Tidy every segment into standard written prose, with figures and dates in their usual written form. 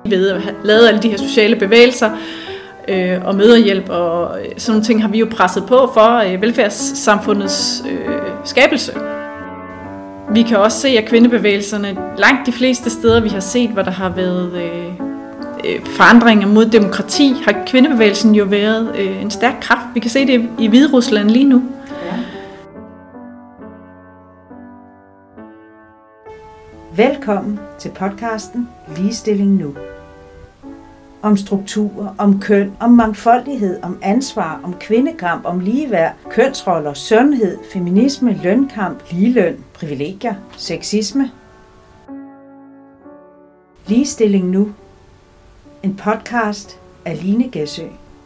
Ved at have lavet alle de her sociale bevægelser og møderhjælp og sådan nogle ting har vi jo presset på for velfærdssamfundets skabelse. Vi kan også se, at kvindebevægelserne langt de fleste steder, vi har set, hvor der har været forandringer mod demokrati, har kvindebevægelsen jo været en stærk kraft. Vi kan se det i Hviderusland lige nu. Ja. Velkommen til podcasten Ligestilling Nu. Om strukturer, om køn, om mangfoldighed, om ansvar, om kvindekamp, om ligeværd, kønsroller, sundhed, feminisme, lønkamp, ligeløn, privilegier, sexisme. Ligestilling Nu. En podcast af Line Gæsø.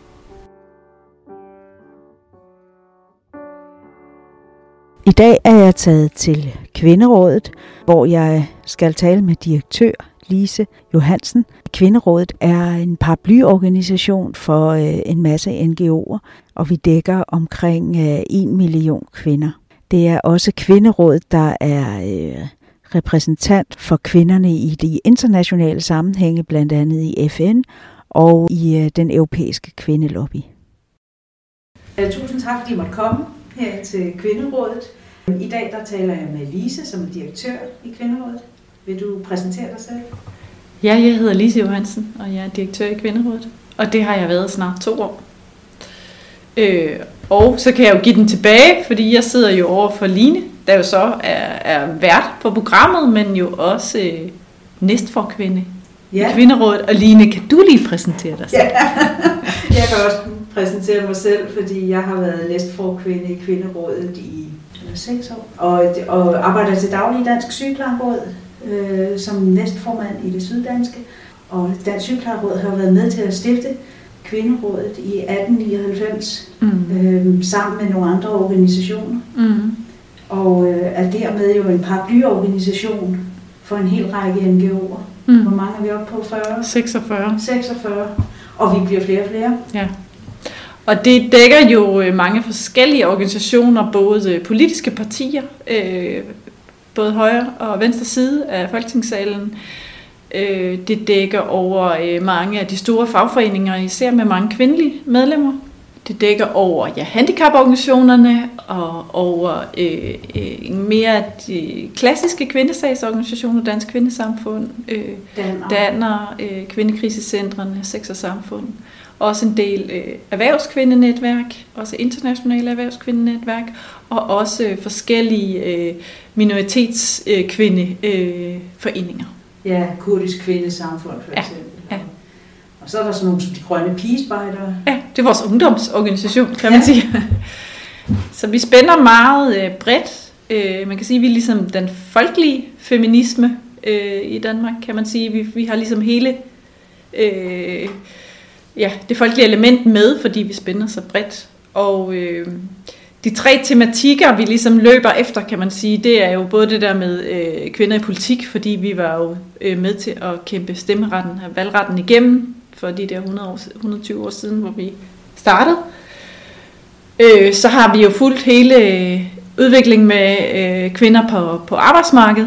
I dag er jeg taget til Kvinderådet, hvor jeg skal tale med direktør Lise Johansen. Kvinderådet er en paraplyorganisation for en masse NGO'er, og vi dækker omkring 1 million kvinder. Det er også Kvinderådet, der er repræsentant for kvinderne i de internationale sammenhænge, blandt andet i FN og i den europæiske kvindelobby. Tusind tak, fordi I måtte komme her til Kvinderådet. I dag der taler jeg med Lise, som er direktør i Kvinderådet. Vil du præsentere dig selv? Ja, jeg hedder Lise Johansen, og jeg er direktør i Kvinderådet. Og det har jeg været snart 2 år. Og så kan jeg jo give den tilbage, fordi jeg sidder jo over for Line, der jo så er vært på programmet, men jo også næstforkvinde i Kvinderådet. Og Line, kan du lige præsentere dig selv? Ja, jeg kan også præsentere mig selv, fordi jeg har været næstforkvinde i Kvinderådet i 6 år. Og arbejder til daglig i Dansk Sygeplejeråd som næstformand i det syddanske. Og Dansk Sygeplejeråd har været med til at stifte Kvinderådet i 1899 sammen med nogle andre organisationer. Og er dermed jo en paraplyorganisation for en hel række NGO'er. Hvor mange er vi oppe på? 40? 46. Og vi bliver flere og flere. Ja. Og det dækker jo mange forskellige organisationer, både politiske partier, både højre og venstre side af Folketingssalen. Det dækker over mange af de store fagforeninger, især med mange kvindelige medlemmer. Det dækker over handicaporganisationerne og over mere af de klassiske kvindesagsorganisationer, Dansk Kvindesamfund, Danner, Kvindekrisecentrene, Sex og Samfund. Også en del erhvervskvindenetværk, også internationale erhvervskvindenetværk, og også forskellige minoritetskvindeforeninger. Ja, kurdisk kvindesamfund for eksempel. Ja. Og så er der sådan nogle som de grønne pigespejdere. Ja, det er vores ungdomsorganisation, kan man sige. Så vi spænder meget bredt. Man kan sige, at vi er ligesom den folkelige feminisme i Danmark, kan man sige. Vi har ligesom hele det folkelige element med, fordi vi spænder så bredt. Og de 3 tematikker, vi ligesom løber efter, kan man sige, det er jo både det der med kvinder i politik, fordi vi var jo med til at kæmpe stemmeretten og valgretten igennem for de der 120 år siden, hvor vi startede. Så har vi jo fulgt hele udviklingen med kvinder på arbejdsmarkedet.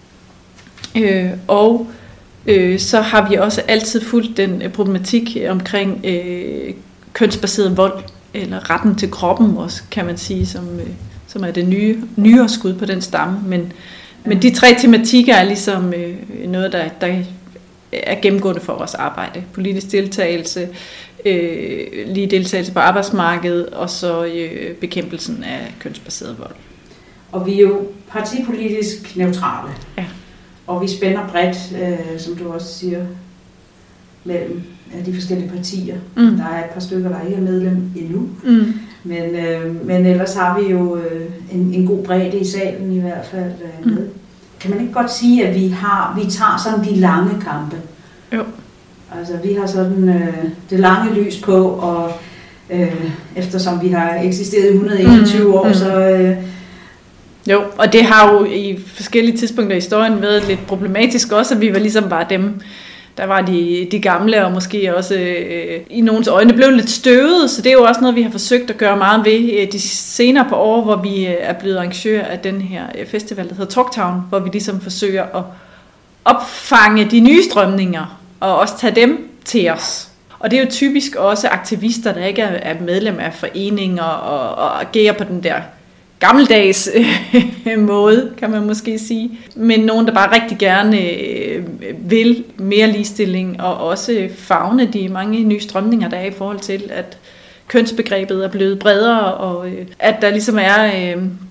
Og så har vi også altid fulgt den problematik omkring kønsbaseret vold, eller retten til kroppen også, kan man sige, som er det nyere skud på den stamme. Men de 3 tematikker er ligesom noget, der er gennemgående for vores arbejde. Politisk deltagelse, lige deltagelse på arbejdsmarkedet, og så bekæmpelsen af kønsbaseret vold. Og vi er jo partipolitisk neutrale. Ja. Og vi spænder bredt, som du også siger, mellem de forskellige partier. Der er et par stykker, der ikke er medlem endnu. Men ellers har vi jo en god bredde i salen i hvert fald med. Kan man ikke godt sige, at vi tager sådan de lange kampe? Jo. Altså vi har sådan det lange lys på, og eftersom vi har eksisteret i 121 år, så... Jo, og det har jo i forskellige tidspunkter i historien været lidt problematisk også, at vi var ligesom bare dem, der var de gamle, og måske også i nogens øjne blev lidt støvet, så det er jo også noget, vi har forsøgt at gøre meget ved de senere på år, hvor vi er blevet arrangør af den her festival, der hedder Talktown, hvor vi ligesom forsøger at opfange de nye strømninger og også tage dem til os. Og det er jo typisk også aktivister, der ikke er medlem af foreninger og agerer på den der gammeldags måde, kan man måske sige. Men nogen, der bare rigtig gerne vil mere ligestilling og også favne de mange nye strømninger, der er i forhold til, at kønsbegrebet er blevet bredere, og at der ligesom er...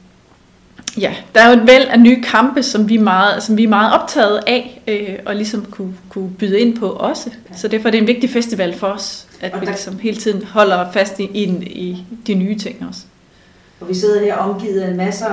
der er jo et væld af nye kampe, som vi er meget optaget af, og ligesom kunne byde ind på også. Så derfor er det en vigtig festival for os, at vi ligesom hele tiden holder fast i de nye ting også. Og vi sidder her omgivet af masser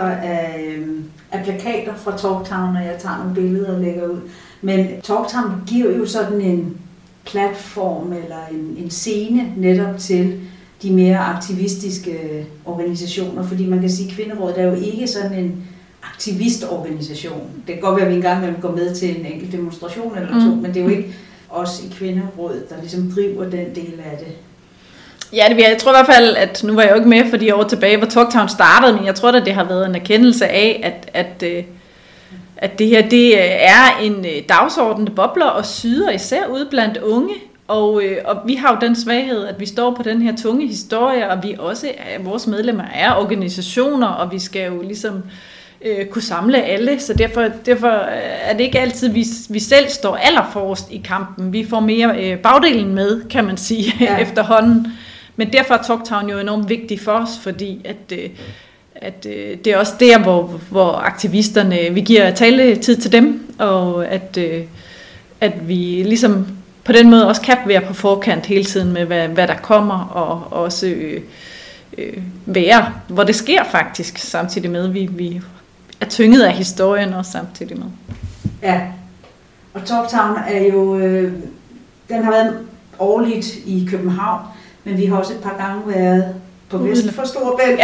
af plakater fra Talktown, og jeg tager nogle billeder og lægger ud. Men Talktown giver jo sådan en platform eller en scene netop til de mere aktivistiske organisationer, fordi man kan sige, at Kvinderådet er jo ikke sådan en aktivistorganisation. Det kan godt være, at vi engang vil gå med til en enkelt demonstration eller to, men det er jo ikke os i Kvinderådet, der ligesom driver den del af det. Ja, jeg tror i hvert fald, at nu var jeg jo ikke med for de år tilbage, hvor Talktown startede, men jeg tror, at det har været en erkendelse af, at det her det er en dagsorden, der bobler og syder, især ude blandt unge. Og vi har jo den svaghed, at vi står på den her tunge historie, og vi også, vores medlemmer er organisationer, og vi skal jo ligesom kunne samle alle. Så derfor er det ikke altid, vi selv står allerforrest i kampen. Vi får mere bagdelen med, kan man sige, efterhånden. Men derfor er Talktown jo enormt vigtig for os, fordi at det er også der, hvor aktivisterne, vi giver taletid til dem, og at vi ligesom på den måde også kan være på forkant hele tiden med, hvad der kommer, og også være, hvor det sker faktisk, samtidig med, vi er tynget af historien også samtidig med. Ja, og Talktown er jo, den har været årligt i København, men vi har også et par gange været på vest for Storebælt,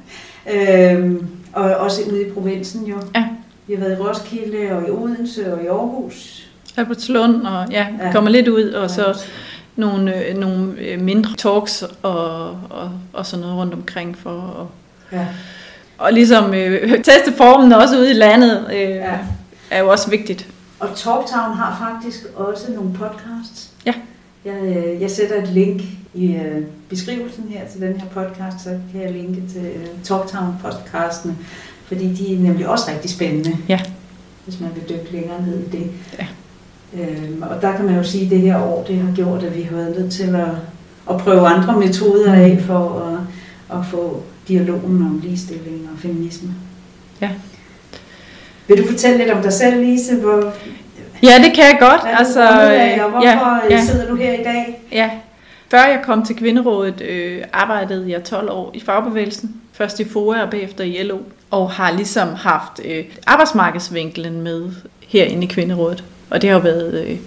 og også ude i provinsen jo. Ja. Vi har været i Roskilde, og i Odense, og i Aarhus. Albertslund, og kommer lidt ud, og så nogle mindre talks og sådan noget rundt omkring for og ligesom teste formen også ude i landet er jo også vigtigt. Og Talktown har faktisk også nogle podcasts. Ja. Jeg sætter et link i beskrivelsen her til den her podcast, så kan jeg linke til Talktown-podcastene, fordi de er nemlig også rigtig spændende, hvis man vil dykke længere ned i det. Ja. Og der kan man jo sige, at det her år, det har gjort, at vi har været nødt til at prøve andre metoder af for at få dialogen om ligestilling og feminisme. Ja. Vil du fortælle lidt om dig selv, Lise? Ja, det kan jeg godt. Hvorfor sidder du her i dag? Ja. Før jeg kom til Kvinderådet, arbejdede jeg 12 år i fagbevægelsen. Først i FOA og bagefter i LO. Og har ligesom haft arbejdsmarkedsvinklen med herinde i Kvinderådet. Og det har jo været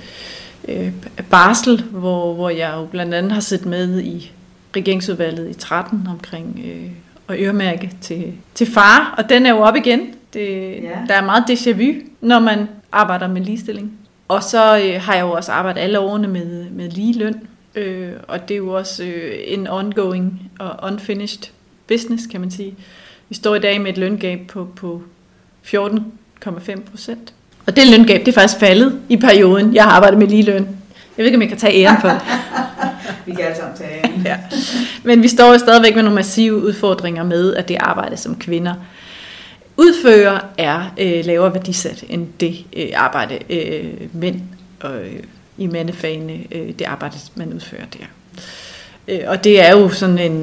barsel, hvor jeg jo blandt andet har siddet med i regeringsudvalget i 13 omkring at øremærke til far. Og den er jo op igen. Der er meget déjà vu, når man arbejder med ligestilling. Og så har jeg jo også arbejdet alle årene med lige løn. Og det er jo også en ongoing og unfinished business, kan man sige. Vi står i dag med et løngab på 14,5%. Og det løngab, det er faktisk faldet i perioden, jeg har arbejdet med ligeløn. Jeg ved ikke, om jeg kan tage æren for det. Vi kan alle sammen tage æren. Ja. Men vi står jo stadigvæk med nogle massive udfordringer med, at det arbejde, som kvinder udfører, er lavere værdisat end det arbejde mænd i mandefagene, det arbejde, man udfører der. Og det er jo sådan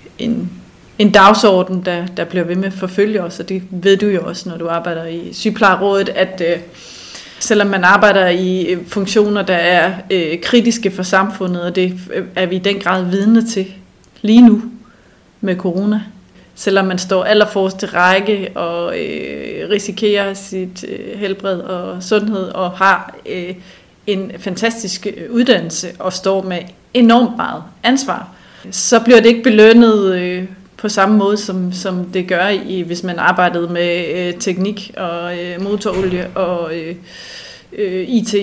en dagsorden, der bliver ved med at forfølge os, og det ved du jo også, når du arbejder i Sygeplejerådet, at selvom man arbejder i funktioner, der er kritiske for samfundet, og det er vi i den grad vidne til lige nu med corona, selvom man står allerforrest række og risikerer sit helbred og sundhed og har en fantastisk uddannelse og står med enormt meget ansvar, så bliver det ikke belønnet på samme måde, som det gør, hvis man arbejdede med teknik og motorolie og IT.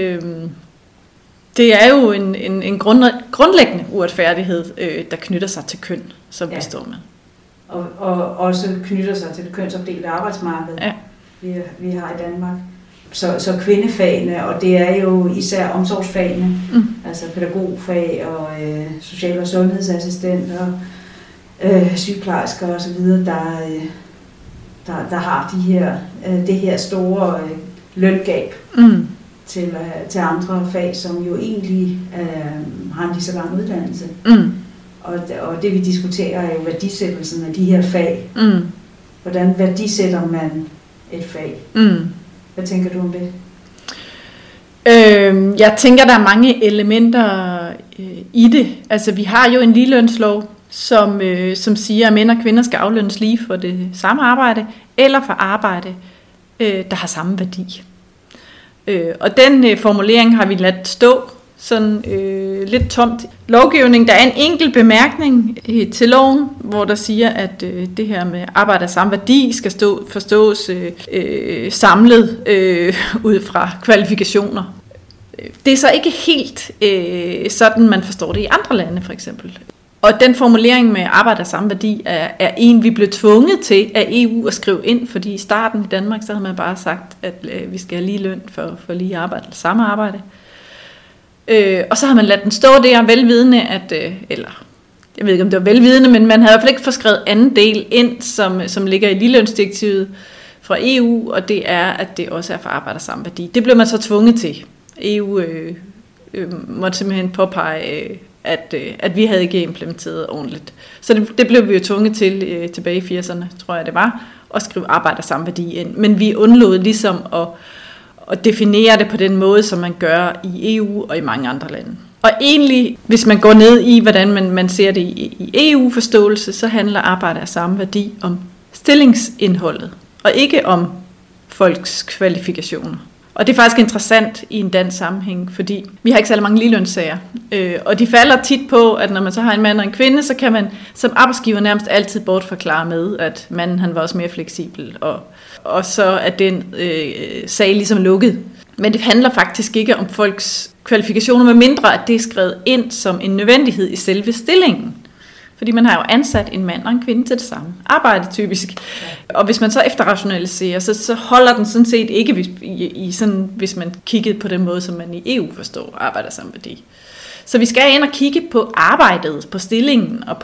Det er jo en grundlæggende uretfærdighed, der knytter sig til køn, som vi står med. Og også knytter sig til det kønsopdelte arbejdsmarked, vi har i Danmark. Så kvindefagene, og det er jo især omsorgsfagene, altså pædagogfag og social- og sundhedsassistenter, sygeplejersker og så videre, der har det her store løngab til andre fag, som jo egentlig har en lige så lang uddannelse. Og det vi diskuterer er jo værdisættelsen af de her fag. Hvordan værdisætter man et fag? Hvad tænker du om det? Jeg tænker, der er mange elementer i det. Altså, vi har jo en ligelønslov, som siger, at mænd og kvinder skal aflønnes lige for det samme arbejde, eller for arbejde, der har samme værdi. Og den formulering har vi ladt stå sådan lidt tomt. Lovgivning, der er en enkelt bemærkning til loven, hvor der siger, at det her med arbejde af samme værdi skal forstås samlet ud fra kvalifikationer. Det er så ikke helt sådan, man forstår det i andre lande, for eksempel. Og den formulering med arbejde af samme værdi er en, vi blev tvunget til af EU at skrive ind, fordi i starten i Danmark, så havde man bare sagt, at vi skal have lige løn for lige arbejde, eller samme arbejde. Og så har man ladt den stå der velvidende, eller jeg ved ikke om det var velvidende, men man havde i hvert fald ikke forskrevet anden del ind, som ligger i ligelønsdirektivet fra EU, og det er, at det også er for arbejde af samme værdi. Det blev man så tvunget til. EU måtte simpelthen påpege, at vi havde ikke implementeret ordentligt. Så det blev vi jo tvunget til tilbage i 80'erne, tror jeg det var, at skrive arbejde af samme værdi ind. Men vi undlod ligesom at definere det på den måde, som man gør i EU og i mange andre lande. Og egentlig, hvis man går ned i, hvordan man ser det i EU-forståelse, så handler arbejde af samme værdi om stillingsindholdet, og ikke om folks kvalifikationer. Og det er faktisk interessant i en dansk sammenhæng, fordi vi har ikke særlig mange ligelønssager. Og de falder tit på, at når man så har en mand og en kvinde, så kan man som arbejdsgiver nærmest altid bortforklare med, at manden han var også mere fleksibel, og så er den sag ligesom lukket. Men det handler faktisk ikke om folks kvalifikationer, med mindre at det er skrevet ind som en nødvendighed i selve stillingen. Fordi man har jo ansat en mand og en kvinde til det samme arbejde typisk. Og hvis man så efterrationaliserer, så holder den sådan set ikke, hvis man kiggede på den måde, som man i EU forstår arbejder samme værdi. Så vi skal ind og kigge på arbejdet, på stillingen og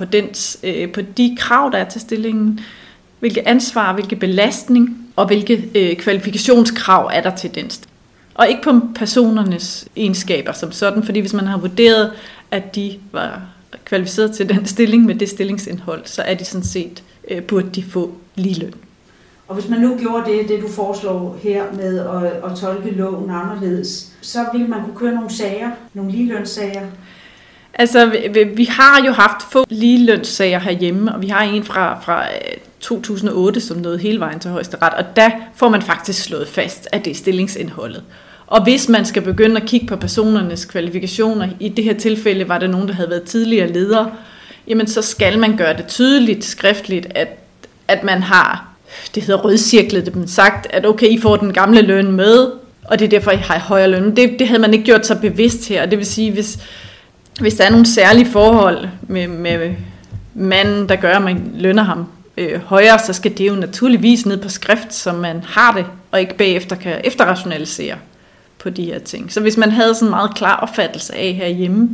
på de krav, der er til stillingen. Hvilke ansvar, hvilke belastning og hvilke kvalifikationskrav er der til den. Og ikke på personernes egenskaber som sådan, fordi hvis man har vurderet, at de var kvalificeret til den stilling med det stillingsindhold, så er de sådan set, burde de få ligeløn. Og hvis man nu gjorde det du foreslår her med at tolke loven anderledes, så ville man kunne køre nogle sager, nogle ligelønssager? Altså, vi har jo haft få ligelønssager herhjemme, og vi har en fra 2008, som nåede hele vejen til Højesteret, og der får man faktisk slået fast, at det er stillingsindholdet. Og hvis man skal begynde at kigge på personernes kvalifikationer, i det her tilfælde var der nogen, der havde været tidligere ledere, jamen så skal man gøre det tydeligt, skriftligt, at man har, det hedder rødcirklet, det sagt, at okay, I får den gamle løn med, og det er derfor, I har højere løn. Det havde man ikke gjort så bevidst her, og det vil sige, hvis der er nogle særlige forhold med manden, der gør, at man lønner ham højere, så skal det jo naturligvis ned på skrift, så man har det, og ikke bagefter kan efterrationalisere på de her ting. Så hvis man havde sådan en meget klar opfattelse af herhjemme,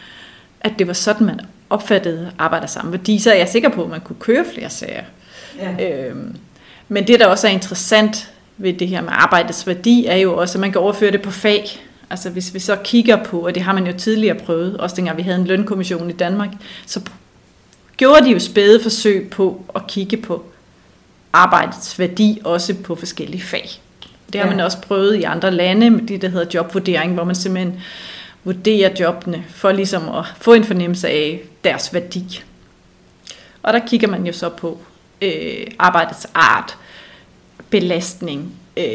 at det var sådan, man opfattede arbejde af samme værdi, så er jeg sikker på, at man kunne køre flere sager. Ja. Men det, der også er interessant ved det her med arbejdets værdi, er jo også, at man kan overføre det på fag. Altså hvis vi så kigger på, og det har man jo tidligere prøvet, også dengang vi havde en lønkommission i Danmark, så gjorde de jo spæde forsøg på at kigge på arbejdets værdi, også på forskellige fag. Det har man også prøvet i andre lande, med det, der hedder jobvurdering, hvor man simpelthen vurderer jobbene, for ligesom at få en fornemmelse af deres værdi. Og der kigger man jo så på arbejdets art, belastning,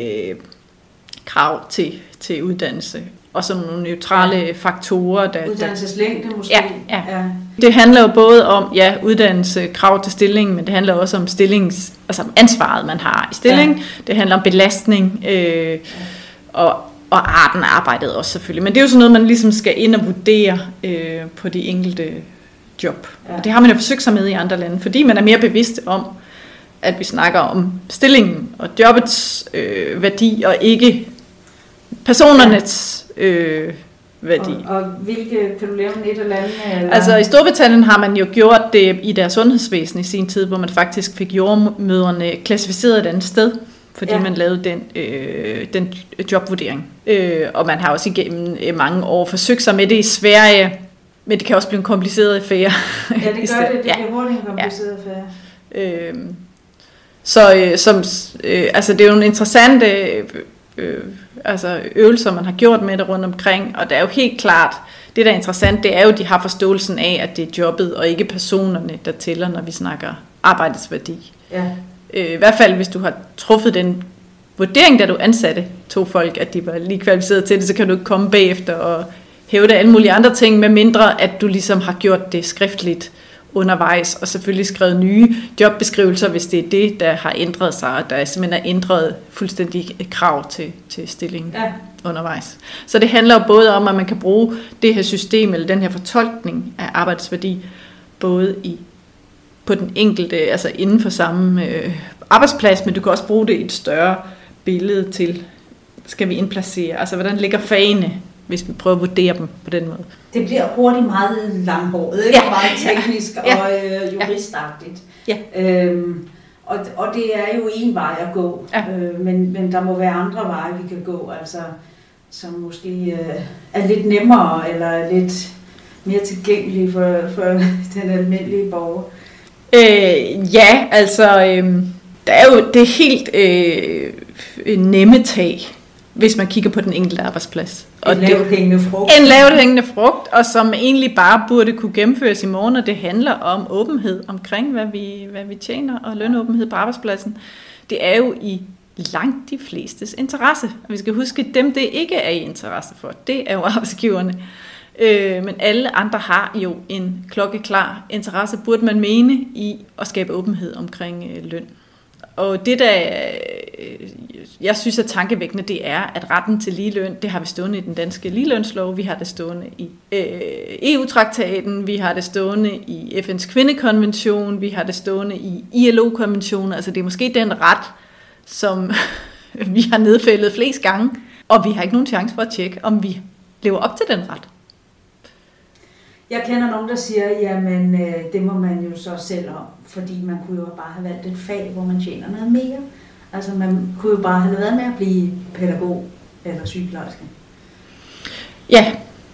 krav til uddannelse, og sådan nogle neutrale faktorer. Uddannelseslængde måske? Ja. Det handler jo både om uddannelse, krav til stillingen, men det handler også om altså ansvaret, man har i stillingen. Ja. Det handler om belastning og arten af arbejdet også selvfølgelig. Men det er jo sådan noget, man ligesom skal ind og vurdere på de enkelte job. Ja. Og det har man jo forsøgt sig med i andre lande, fordi man er mere bevidst om, at vi snakker om stillingen og jobbets værdi, og ikke personernes værdi. Og hvilke, kan du lave et eller andet? Eller? Altså i Storbritannien har man jo gjort det i deres sundhedsvæsen i sin tid, hvor man faktisk fik jordmødrene klassificeret et andet sted, fordi man lavede den jobvurdering. Og man har også igennem mange år forsøgt sig med det i Sverige, men det kan også blive en kompliceret affære. Ja, det gør det. Det bliver hurtigt en kompliceret affære. Altså det er jo en interessant øvelser, man har gjort med det rundt omkring, og det er jo helt klart, det der er interessant, det er jo, at de har forståelsen af, at det er jobbet, og ikke personerne, der tæller, når vi snakker arbejdets værdi. Ja. I hvert fald, hvis du har truffet den vurdering, da du ansatte 2 folk, at de var lige kvalificeret til det, så kan du ikke komme bagefter og hævde alle mulige andre ting, med mindre at du ligesom har gjort det skriftligt undervejs, og selvfølgelig skrevet nye jobbeskrivelser, hvis det er det, der har ændret sig, og der simpelthen er ændret fuldstændig krav til stillingen undervejs. Så det handler jo både om, at man kan bruge det her system, eller den her fortolkning af arbejdsværdi, både på den enkelte, altså inden for samme arbejdsplads, men du kan også bruge det i et større billede til, skal vi indplacere, altså hvordan ligger fagene, hvis vi prøver at vurdere dem på den måde. Det bliver hurtigt meget langhåret, ikke? Meget teknisk og juristagtigt. Ja. Og det er jo en vej at gå, men der må være andre veje, vi kan gå, altså, som måske er lidt nemmere eller lidt mere tilgængelige for den almindelige borger. Der er jo det helt nemme tag, hvis man kigger på den enkelte arbejdsplads. En lavthængende frugt. En lavthængende frugt, og som egentlig bare burde kunne gennemføres i morgen, og det handler om åbenhed omkring, hvad vi tjener, og lønåbenhed på arbejdspladsen. Det er jo i langt de flestes interesse. Og vi skal huske, dem det ikke er i interesse for, det er jo arbejdsgiverne. Men alle andre har jo en klokkeklar interesse, burde man mene, i at skabe åbenhed omkring løn. Og det, der jeg synes er tankevækkende, det er, at retten til ligeløn, det har vi stående i den danske ligelønslov, vi har det stående i EU-traktaten, vi har det stående i FN's kvindekonvention, vi har det stående i ILO-konventionen, altså det er måske den ret, som vi har nedfældet flest gange, og vi har ikke nogen chance for at tjekke, om vi lever op til den ret. Jeg kender nogen, der siger, jamen det må man jo så selv om, fordi man kunne jo bare have valgt et fag, hvor man tjener noget mere. Altså man kunne jo bare have været med at blive pædagog eller sygeplejerske. Ja,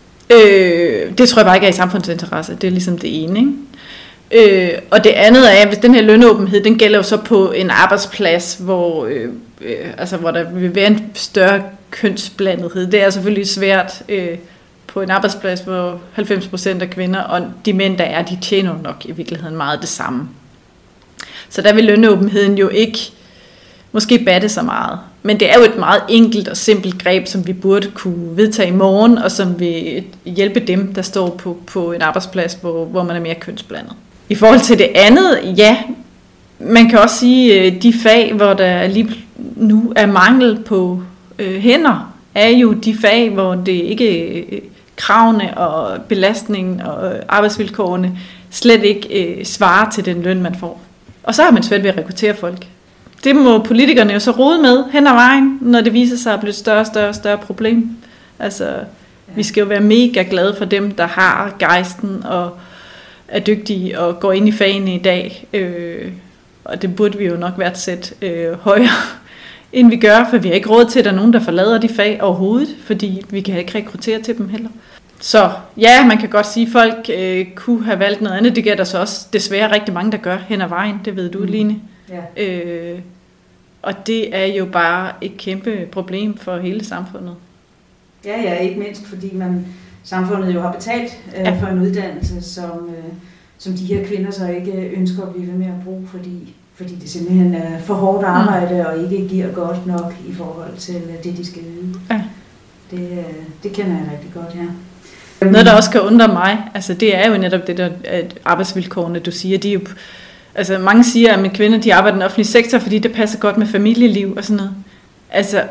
det tror jeg bare ikke er i samfundsinteresse. Det er ligesom det ene, ikke? Og det andet er, hvis den her lønåbenhed, den gælder jo så på en arbejdsplads, hvor der vil være en større kønsblandethed. Det er selvfølgelig svært på en arbejdsplads, hvor 90% er kvinder, og de mænd, der er, de tjener nok i virkeligheden meget det samme. Så der vil lønåbenheden jo ikke måske batte så meget. Men det er jo et meget enkelt og simpelt greb, som vi burde kunne vedtage i morgen, og som vil hjælpe dem, der står på en arbejdsplads, hvor man er mere kønsblandet. I forhold til det andet, ja, man kan også sige, de fag, hvor der lige nu er mangel på hænder, er jo de fag, hvor det ikke kravene og belastningen og arbejdsvilkårene slet ikke svarer til den løn, man får. Og så har man svært ved at rekruttere folk. Det må politikerne jo så rode med hen ad vejen, når det viser sig at blive et større problem. Altså, vi skal jo være mega glade for dem, der har gejsten og er dygtige og går ind i fagene i dag. Og det burde vi jo nok værdsætte højere, end vi gør, for vi har ikke råd til, at der er nogen, der forlader de fag overhovedet, fordi vi kan ikke rekruttere til dem heller. Så ja, man kan godt sige, at folk kunne have valgt noget andet. Det gør der så også desværre rigtig mange, der gør hen ad vejen. Det ved du, Line. Ja. Og det er jo bare et kæmpe problem for hele samfundet. Ja, ikke mindst fordi samfundet jo har betalt for en uddannelse, som de her kvinder så ikke ønsker at blive ved med at bruge, fordi det simpelthen er for hårdt arbejde og ikke giver godt nok i forhold til det, de skal yde. Ja. Det kender jeg rigtig godt, ja. Noget, der også kan undre mig, altså det er jo netop det der arbejdsvilkårene, du siger, de er jo, altså mange siger, at kvinder de arbejder i den offentlige sektor, fordi det passer godt med familieliv og sådan noget. Altså,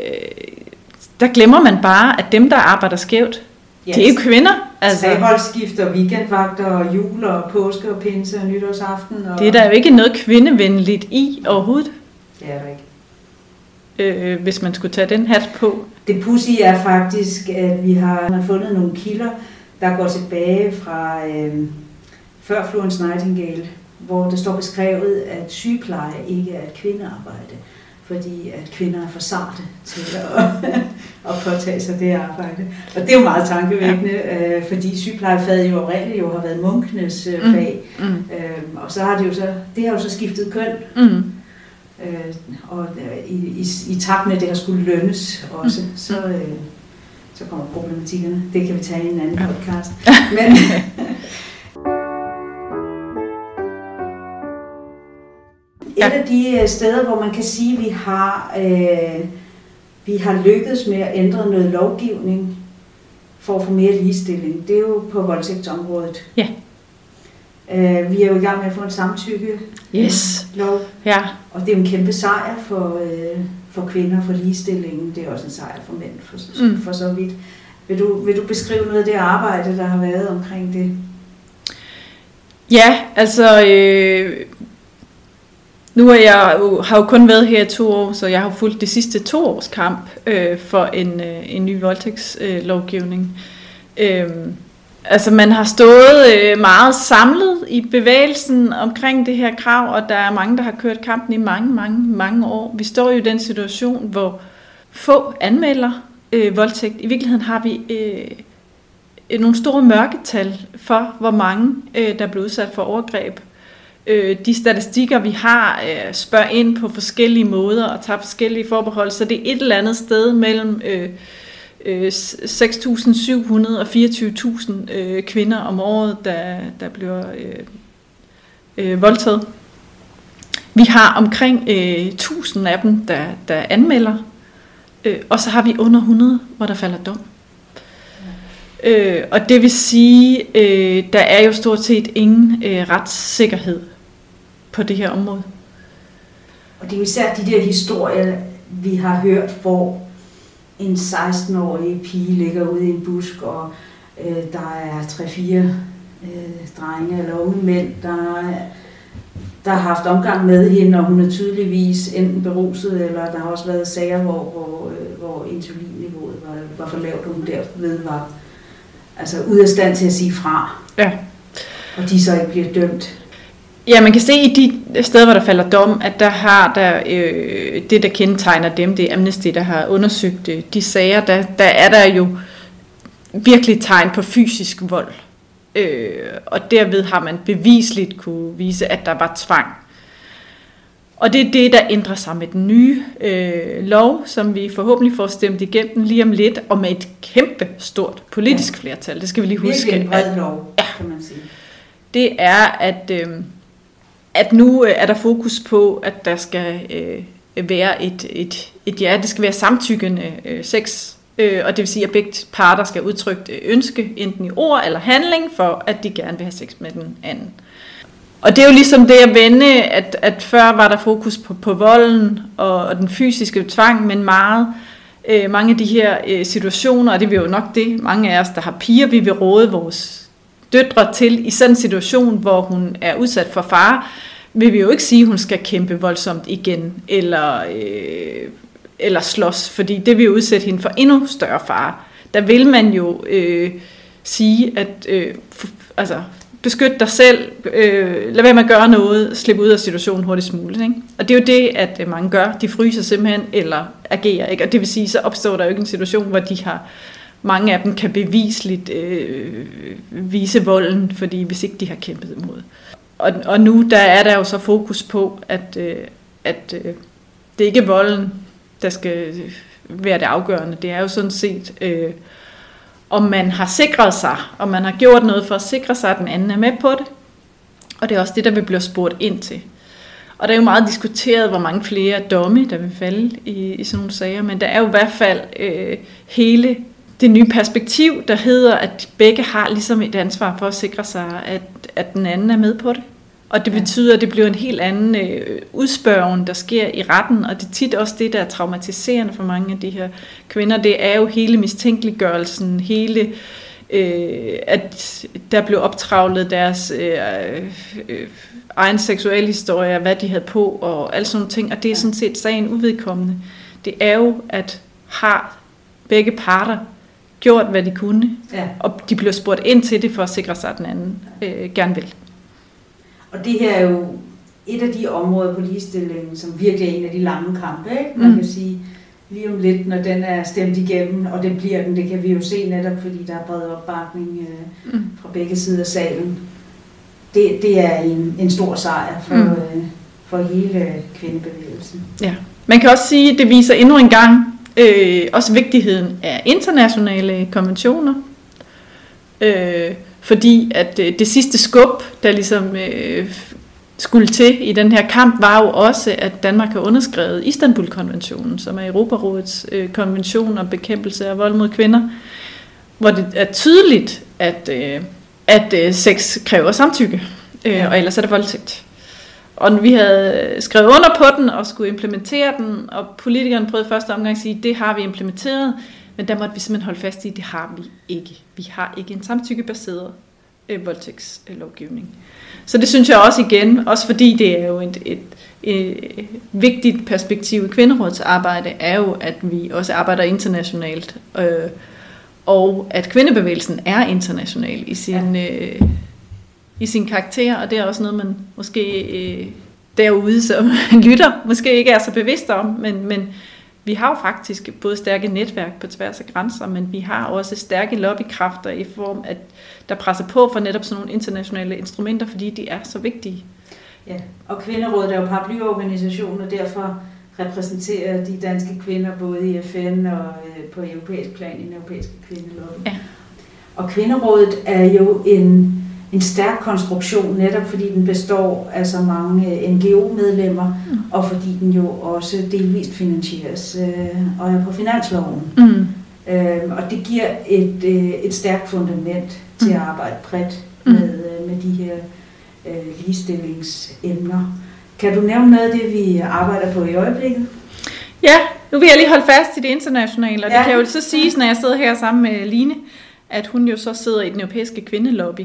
der glemmer man bare, at dem, der arbejder skævt, det er jo kvinder. Altså, holdskifter, weekendvagter og jul og påske og pinse og nytårsaften. Og... Det er der jo ikke noget kvindevenligt i overhovedet. Det er der ikke. hvis man skulle tage den hat på. Det pudsige er faktisk, at vi har fundet nogle kilder, der går tilbage fra før Florence Nightingale, hvor det står beskrevet, at sygepleje ikke er et kvindearbejde, fordi at kvinder er for sarte til at påtage sig det arbejde. Og det er jo meget tankevækkende, fordi sygeplejefaget jo oprindeligt har været munkenes fag, og så har det har jo så skiftet køn. Og i takt med det har skulle lønnes også, så kommer problematikkerne. Det kan vi tage i en anden podcast. Men et af de steder, hvor man kan sige, at vi har lykkedes med at ændre noget lovgivning for at få mere ligestilling, det er jo på voldtægtsområdet. Ja. Vi er jo i gang med at få en samtykke-lov, ja. Og det er en kæmpe sejr for kvinder, for ligestillingen. Det er også en sejr for mænd, for så vidt. Vil du beskrive noget af det arbejde, der har været omkring det? Ja, altså nu har jo kun været her i 2 år, så jeg har fulgt de sidste 2 års kamp for en ny voldtægtslovgivning. Altså man har stået meget samlet i bevægelsen omkring det her krav, og der er mange, der har kørt kampen i mange år. Vi står jo i den situation, hvor få anmelder voldtægt. I virkeligheden har vi nogle store mørketal for, hvor mange der bliver udsat for overgreb. De statistikker, vi har, spørger ind på forskellige måder og tager forskellige forbehold, så det er et eller andet sted mellem 6.700 og 24.000 kvinder om året, der bliver voldtaget. Vi har omkring 1.000 af dem, der anmelder, og så har vi under 100, hvor der falder dom. Og det vil sige, der er jo stort set ingen retssikkerhed på det her område. Og det er jo især de der historier, vi har hørt, hvor en 16-årig pige ligger ude i en busk, og der er 3-4 drenge eller unge mænd, der har haft omgang med hende, og hun er tydeligvis enten beruset, eller der har også været sager, hvor insulinniveauet var for lavt, og hun derved var altså ude af stand til at sige fra. Ja. Og de så ikke bliver dømt. Ja, man kan se i de steder, hvor der falder dom, at der har det, der kendetegner dem, det er Amnesty, der har undersøgt de sager, der er der jo virkelig tegn på fysisk vold. Og derved har man bevisligt kunne vise, at der var tvang. Og det er det, der ændrer sig med den nye lov, som vi forhåbentlig får stemt igennem lige om lidt, og med et kæmpe stort politisk flertal. Det skal vi lige huske. Det er en bred lov, kan man sige. Det er, at nu er der fokus på, at der skal være det skal være samtykkende sex, og det vil sige, at begge parter skal udtrykke ønske, enten i ord eller handling, for at de gerne vil have sex med den anden. Og det er jo ligesom det at vende, at før var der fokus på volden og den fysiske tvang, men mange af de her situationer, og det vil jo nok det, mange af os, der har piger, vi vil råde vores døtre til i sådan en situation, hvor hun er udsat for fare, vil vi jo ikke sige, at hun skal kæmpe voldsomt igen, eller slås, fordi det vil udsætte hende for endnu større fare. Der vil man jo sige, at beskyt dig selv, lad være med at gøre noget, slip ud af situationen hurtigst muligt. Ikke? Og det er jo det, at mange gør. De fryser simpelthen, eller agerer ikke. Og det vil sige, så opstår der jo ikke en situation, hvor mange af dem kan bevisligt vise volden, fordi hvis ikke de har kæmpet imod. Og nu der er der jo så fokus på, at det ikke er volden, der skal være det afgørende. Det er jo sådan set, om man har sikret sig, om man har gjort noget for at sikre sig, at den anden er med på det. Og det er også det, der vil blive spurgt ind til. Og der er jo meget diskuteret, hvor mange flere domme, der vil falde i sådan nogle sager. Men der er jo i hvert fald hele det nye perspektiv, der hedder, at begge har ligesom et ansvar for at sikre sig, at den anden er med på det. Og det betyder, at det bliver en helt anden udspørgen, der sker i retten, og det er tit også det, der er traumatiserende for mange af de her kvinder. Det er jo hele mistænkeliggørelsen, hele at der blev optravlet deres egen seksuelle historie, hvad de havde på, og alle sådan nogle ting, og det er sådan set sagen uvedkommende. det er jo, at har begge parter gjort, hvad de kunne, og de bliver spurgt ind til det for at sikre sig, at den anden gerne vil. Og det her er jo et af de områder på ligestillingen, som virkelig er en af de lange kampe, ikke? Man kan sige, lige om lidt, når den er stemt igennem, og det bliver den, det kan vi jo se netop, fordi der er bred opbakning fra begge sider af salen. Det er en stor sejr for hele kvindebevægelsen. Ja. Man kan også sige, at det viser endnu en gang også vigtigheden af internationale konventioner, fordi at det sidste skub, der ligesom skulle til i den her kamp, var jo også, at Danmark har underskrevet Istanbul-konventionen, som er Europarådets konvention om bekæmpelse af vold mod kvinder, hvor det er tydeligt, at sex kræver samtykke, og ellers er det voldtægt. Og vi havde skrevet under på den og skulle implementere den, og politikerne prøvede første omgang at sige, det har vi implementeret, men der måtte vi simpelthen holde fast i, det har vi ikke. Vi har ikke en samtykkebaseret voldtægtslovgivning. Så det synes jeg også igen, også fordi det er jo et vigtigt perspektiv i Kvinderådets arbejde, er jo, at vi også arbejder internationalt, og at kvindebevægelsen er international i sin karakter, og det er også noget, man måske derude som lytter, måske ikke er så bevidst om, men vi har jo faktisk både stærke netværk på tværs af grænser, men vi har også stærke lobbykræfter i form af, der presser på for netop sådan nogle internationale instrumenter, fordi de er så vigtige. Ja, og Kvinderådet er jo paraplyorganisation, og derfor repræsenterer de danske kvinder både i FN og på europæisk plan i den europæiske kvindelobby. Ja. Og Kvinderådet er jo en stærk konstruktion, netop fordi den består af så mange NGO-medlemmer, og fordi den jo også delvist finansieres og er på finansloven. Og det giver et stærkt fundament til at arbejde bredt med de her ligestillingsemner. Kan du nævne noget af det, vi arbejder på i øjeblikket? Ja, nu vil jeg lige holde fast i det internationale, og det kan jo så siges, når jeg sidder her sammen med Line, at hun jo så sidder i den europæiske kvindelobby.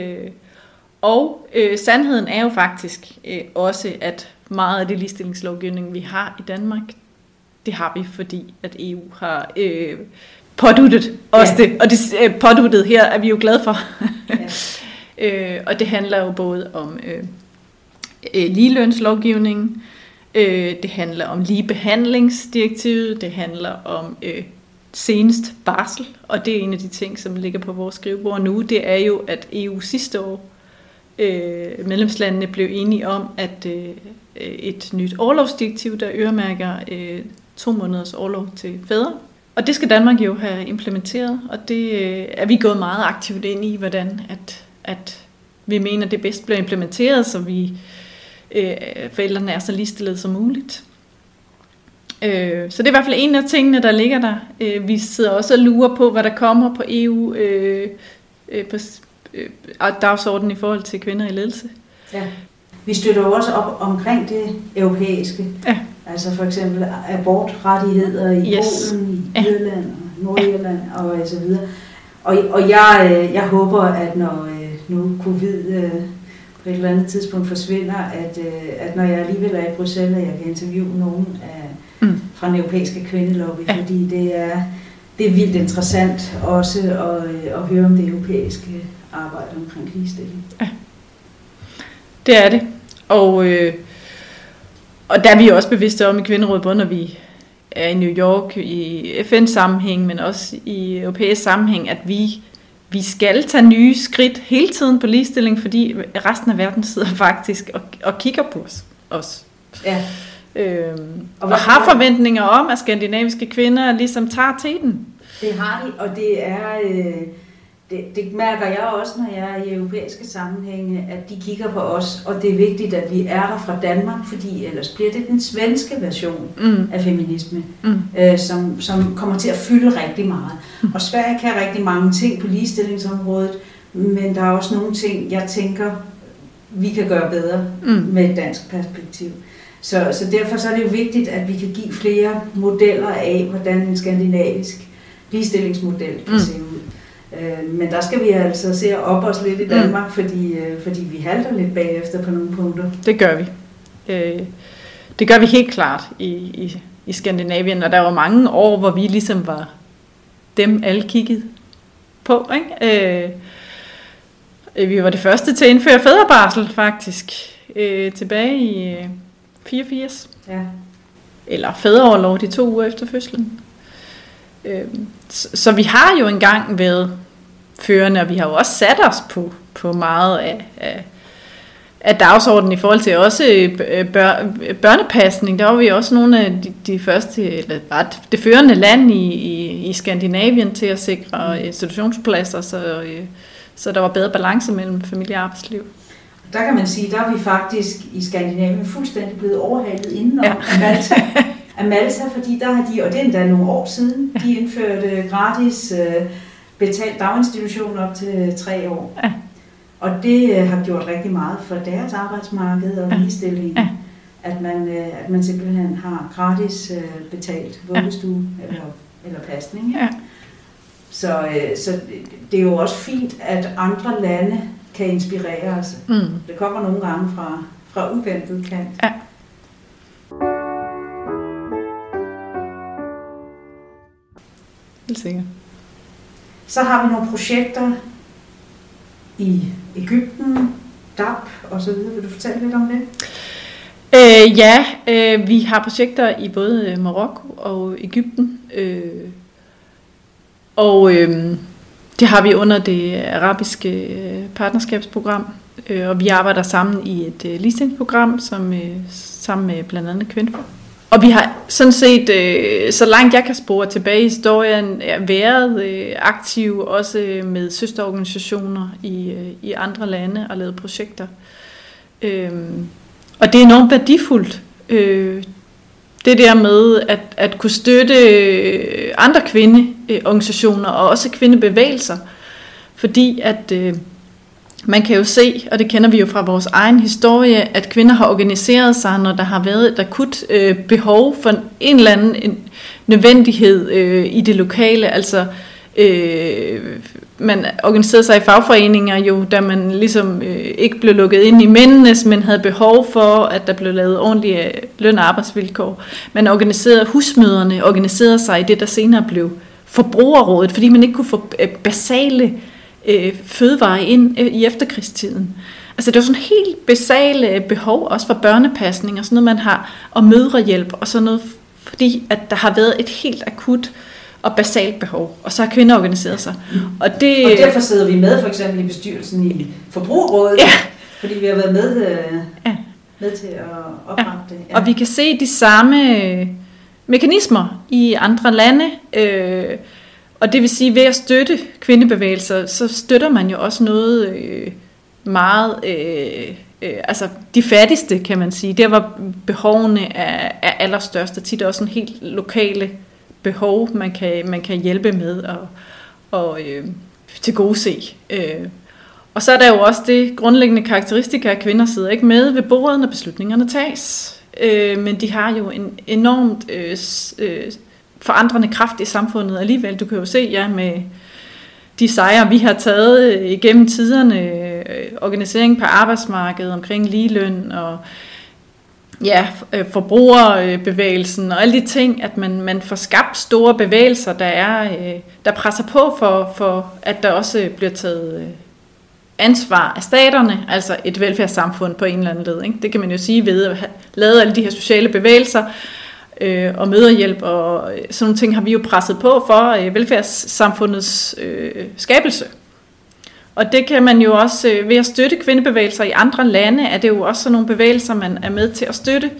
Sandheden er jo faktisk også, at meget af det ligestillingslovgivning, vi har i Danmark, det har vi, fordi at EU har påduttet os det. Og det påduttet her er vi jo glade for. Og det handler jo både om ligelønslovgivningen, det handler om ligebehandlingsdirektivet, det handler om senest barsel, og det er en af de ting, som ligger på vores skrivebord nu, det er jo, at EU sidste år, medlemslandene blev enige om, at et nyt orlovsdirektiv, der øremærker 2 måneders orlov til fædre, og det skal Danmark jo have implementeret, og det er vi gået meget aktivt ind i, hvordan at vi mener, det bedst bliver implementeret, så vi forældrene er så ligestillede som muligt. Så det er i hvert fald en af tingene, der ligger der. Vi sidder også og lurer på, hvad der kommer på EU på dagsordenen i forhold til kvinder i ledelse. Ja. Vi støtter jo også op omkring det europæiske. Ja. Altså for eksempel abortrettigheder i Polen, i Irland, Nordirland og så videre. Og jeg håber, at når nu covid på et eller andet tidspunkt forsvinder, at når jeg alligevel er i Bruxelles, at jeg kan interviewe nogen fra den europæiske kvindelobby, fordi det er vildt interessant også at høre om det europæiske arbejde omkring ligestilling. Ja. Det er det. Og der er vi også bevidste om i Kvinderådet, både når vi er i New York i FN-sammenhæng, men også i europæisk sammenhæng, at vi skal tage nye skridt hele tiden på ligestilling, fordi resten af verden sidder faktisk og kigger på os. Ja. Og har forventninger om, at skandinaviske kvinder ligesom tager teten. Det har de, og det er... Det mærker jeg også, når jeg er i europæiske sammenhænge, at de kigger på os, og det er vigtigt, at vi er der fra Danmark, fordi ellers bliver det den svenske version af feminisme, som kommer til at fylde rigtig meget. Og Sverige kan rigtig mange ting på ligestillingsområdet, men der er også nogle ting, jeg tænker, vi kan gøre bedre med et dansk perspektiv. Så derfor så er det jo vigtigt, at vi kan give flere modeller af, hvordan en skandinavisk ligestillingsmodel kan se ud. Men der skal vi altså se at op os lidt i Danmark, fordi vi halter lidt bagefter på nogle punkter. Det gør vi. Det gør vi helt klart i i Skandinavien, og der var mange år, hvor vi ligesom var dem, alle kiggede på, ikke? Vi var det første til at indføre fædrebarsel, faktisk, tilbage i 84. Ja. Eller fædreorlov de 2 uger efter fødslen. Så vi har jo engang været førende, og vi har jo også sat os på meget af dagsordenen i forhold til også børnepasning. Der var vi også nogle af de første, eller bare det førende land i Skandinavien til at sikre institutionspladser, så der var bedre balance mellem familie og arbejdsliv. Der kan man sige, der er vi faktisk i Skandinavien fuldstændig blevet overhalet indenom af Malta, fordi der har de, og det er endda nogle år siden, de indførte gratis betalt daginstitution op til 3 år. Ja. Og det har gjort rigtig meget for deres arbejdsmarked og ligestilling, at man simpelthen har gratis betalt vuggestue eller pasning. Ja. Så det er jo også fint, at andre lande kan inspirere os. Det kommer nogle gange fra uventet kant. Ja. Helt sikkert. Så har vi nogle projekter i Egypten, DAP og så videre. Vil du fortælle lidt om det? Vi har projekter i både Marokko og Egypten. Det har vi under det arabiske partnerskabsprogram. Og vi arbejder sammen i et ligestillingsprogram, sammen med blandt andet Kvinfo. Og vi har sådan set, så langt jeg kan spore tilbage i historien, været aktive også med søsterorganisationer i andre lande og lavet projekter. Og det er enormt værdifuldt. Det der med at kunne støtte andre kvindeorganisationer og også kvindebevægelser. Fordi at man kan jo se, og det kender vi jo fra vores egen historie, at kvinder har organiseret sig, når der har været et akut behov for en eller anden nødvendighed i det lokale. Altså, man organiserede sig i fagforeninger jo, da man ligesom ikke blev lukket ind i mændenes, men havde behov for, at der blev lavet ordentlige løn- og arbejdsvilkår. Man organiserede sig i det, der senere blev forbrugerrådet, fordi man ikke kunne få basale fødevarer ind i efterkrigstiden. Altså det er jo sådan helt basale behov også for børnepasning og sådan noget man har, og mødrehjælp og sådan noget, fordi at der har været et helt akut og basalt behov, og så har kvinder organiseret sig. Og derfor sidder vi med for eksempel i bestyrelsen i Forbrugerrådet, fordi vi har været med til at oprette det. Ja. Og vi kan se de samme mekanismer i andre lande, og det vil sige, ved at støtte kvindebevægelser, så støtter man jo også noget meget, altså de fattigste, kan man sige. Der var behovene er allerstørste, tit også en helt lokale behov, man kan hjælpe med og tilgodese. Og så er der jo også det grundlæggende karakteristika, at kvinder sidder ikke med ved bordet, når beslutningerne tages. Men de har jo en enormt forandrende kraft i samfundet alligevel. Du kan jo se, med de sejre, vi har taget igennem tiderne, organisering på arbejdsmarkedet omkring ligeløn og forbrugerbevægelsen og alle de ting, at man får skabt store bevægelser, der presser på for, at der også bliver taget ansvar af staterne, altså et velfærdssamfund på en eller anden led. Ikke? Det kan man jo sige ved at have lavet alle de her sociale bevægelser og møderhjælp og sådan nogle ting har vi jo presset på for velfærdssamfundets skabelse. Og det kan man jo også, ved at støtte kvindebevægelser i andre lande, er det jo også sådan nogle bevægelser, man er med til at støtte.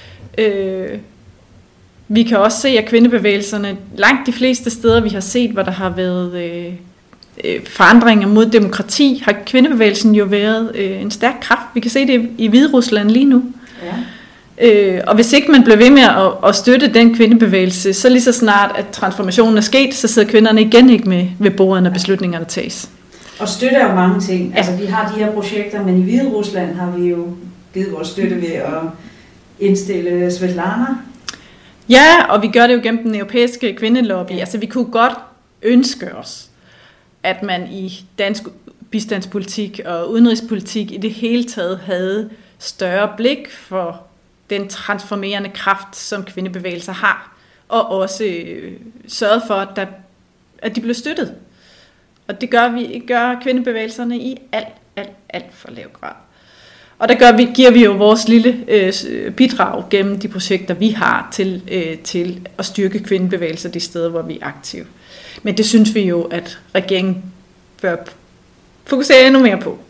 Vi kan også se, at kvindebevægelserne, langt de fleste steder, vi har set, hvor der har været forandringer mod demokrati, har kvindebevægelsen jo været en stærk kraft. Vi kan se det i Hviderusland lige nu. Ja. Og hvis ikke man bliver ved med at støtte den kvindebevægelse, så lige så snart, at transformationen er sket, så sidder kvinderne igen ikke med ved bordet, når beslutningerne tages. Og støtte er jo mange ting. Altså vi har de her projekter, men i Hviderusland har vi jo givet vores støtte ved at indstille Svetlana. Ja, og vi gør det jo gennem den europæiske kvindelobby. Altså vi kunne godt ønske os, at man i dansk bistandspolitik og udenrigspolitik i det hele taget havde større blik for den transformerende kraft, som kvindebevægelser har, og også sørget for, at de blev støttet. Og det gør kvindebevægelserne i alt for lav grad. Og der giver vi jo vores lille bidrag gennem de projekter, vi har til at styrke kvindebevægelser de steder, hvor vi er aktive. Men det synes vi jo, at regeringen bør fokusere endnu mere på.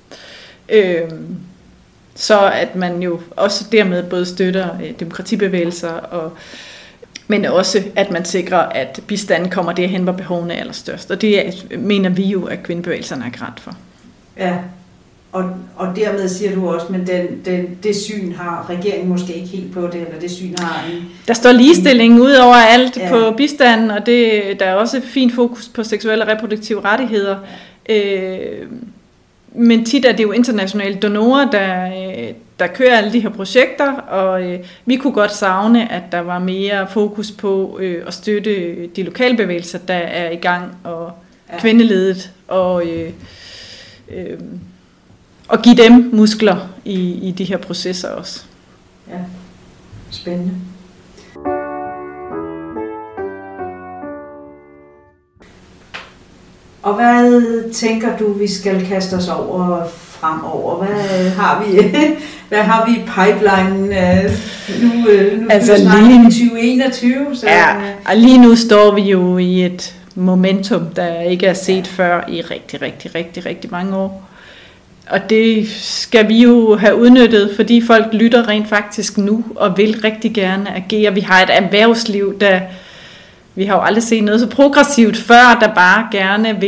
Så at man jo også dermed både støtter demokratibevægelser, men også at man sikrer, at bistanden kommer derhen, hvor behovene er allerstørst. Og det mener vi jo, at kvindebevægelserne er garant for. Ja, og dermed siger du også, men det syn har regeringen måske ikke helt på det, eller det syn har en... Der står ligestilling ud over alt på bistanden, og der er også fint fokus på seksuelle og reproduktive rettigheder. Men tit er det jo internationale donorer, der kører alle de her projekter, og vi kunne godt savne, at der var mere fokus på at støtte de lokale bevægelser, der er i gang, og kvindeledet, og give dem muskler i de her processer også. Ja, spændende. Og hvad tænker du, vi skal kaste os over fremover? Hvad har vi i pipelinen nu altså lige 2021? Så... Ja, og lige nu står vi jo i et momentum, der ikke er set før i rigtig mange år. Og det skal vi jo have udnyttet, fordi folk lytter rent faktisk nu og vil rigtig gerne agere. Vi har et erhvervsliv, vi har jo aldrig set noget så progressivt før, der bare gerne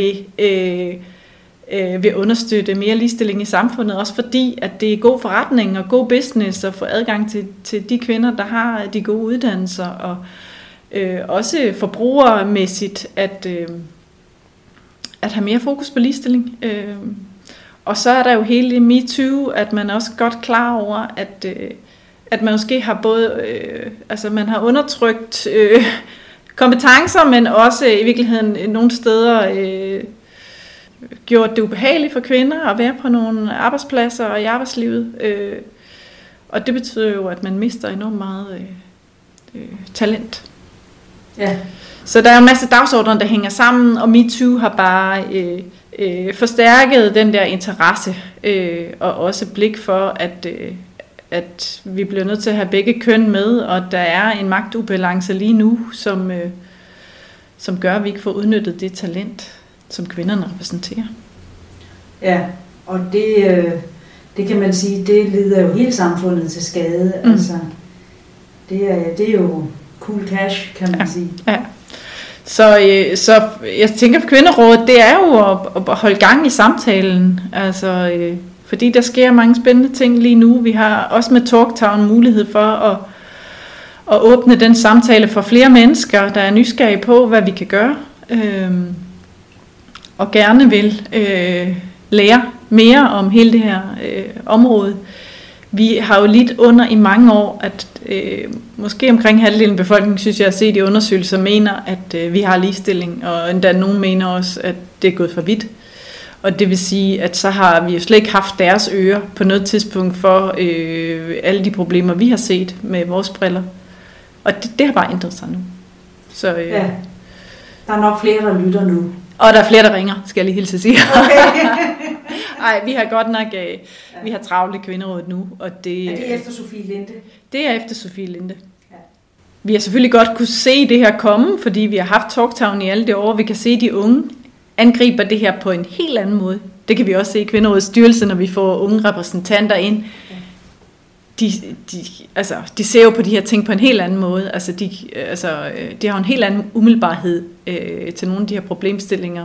vil understøtte mere ligestilling i samfundet. Også fordi, at det er god forretning og god business at få adgang til de kvinder, der har de gode uddannelser. Og også forbrugermæssigt at have mere fokus på ligestilling. Og så er der jo hele MeToo, at man også godt klar over, at man måske har både, man har undertrykt kompetencer, men også i virkeligheden nogle steder gjort det ubehageligt for kvinder at være på nogle arbejdspladser og i arbejdslivet. Og det betyder jo, at man mister enormt meget talent. Ja. Så der er en masse dagsordner, der hænger sammen, og MeToo har bare forstærket den der interesse, og også blik for, at vi bliver nødt til at have begge køn med, og der er en magtubalance lige nu, som gør, at vi ikke får udnyttet det talent, som kvinderne repræsenterer. Ja, og det kan man sige, det leder jo hele samfundet til skade. Altså, det er jo cool cash, kan man sige. Ja. Så jeg tænker, at Kvinderådet, det er jo at holde gang i samtalen, fordi der sker mange spændende ting lige nu. Vi har også med TalkTown mulighed for at åbne den samtale for flere mennesker, der er nysgerrige på, hvad vi kan gøre, og gerne vil lære mere om hele det her område. Vi har jo lidt under i mange år, at måske omkring halvdelen af befolkningen, synes jeg at set i undersøgelser, mener, at vi har ligestilling, og endda nogen mener også, at det er gået for vidt. Og det vil sige, at så har vi jo slet ikke haft deres ører på noget tidspunkt for alle de problemer, vi har set med vores briller. Og det har bare ændret sig nu. Så, ja, der er nok flere, der lytter nu. Og der er flere, der ringer, skal jeg lige hilse at sige. Okay. Ej, vi har godt nok, vi har travlt i Kvinderådet nu. Og det, er det efter Sofie Linde? Det er efter Sofie Linde. Ja. Vi har selvfølgelig godt kunne se det her komme, fordi vi har haft TalkTown i alle de år. Vi kan se, at de unge angriber det her på en helt anden måde. Det kan vi også se i Kvinderådets styrelse, når vi får unge repræsentanter ind. De ser jo på de her ting på en helt anden måde. De har en helt anden umiddelbarhed til nogle af de her problemstillinger.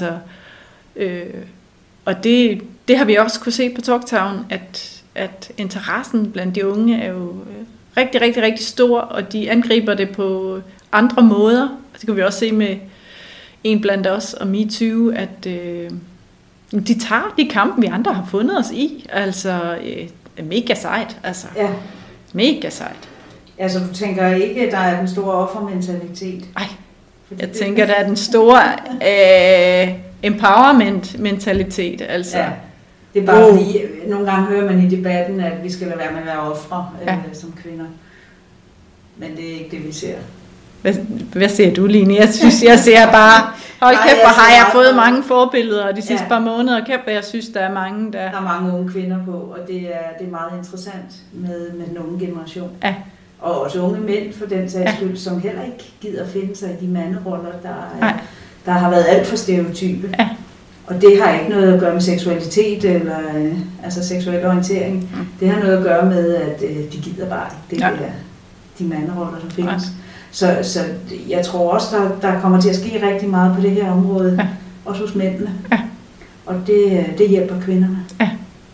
Og det har vi også kunne se på TalkTown, at interessen blandt de unge er jo rigtig, rigtig, rigtig stor, og de angriber det på andre måder. Det kan vi også se med en blandt os og MeToo, at de tager de kampe, vi andre har fundet os i. Mega sejt. Ja. Mega sejt. Altså, du tænker ikke, der er den store offermentalitet? Nej, jeg tænker, der er den store empowerment-mentalitet. Ja. Det er bare fordi, nogle gange hører man i debatten, at vi skal lade være med at være ofre som kvinder. Men det er ikke det, vi ser. Hvad ser du, Line? Jeg ser bare, hold kæft, hvor har jeg fået mange forbilleder de sidste par måneder. Kæft, jeg synes, der er mange, der er mange unge kvinder på, og det er meget interessant med den unge generation. Ja. Og også unge mænd, for den sags skyld, som heller ikke gider finde sig i de manderoller, der har været alt for stereotype. Ja. Og det har ikke noget at gøre med seksualitet eller seksuel orientering. Det har noget at gøre med, at de gider bare ikke. Det er de manderoller, der findes. Ja. Så jeg tror også, der kommer til at ske rigtig meget på det her område, også hos mændene. Ja. Og det hjælper kvinderne. Ja.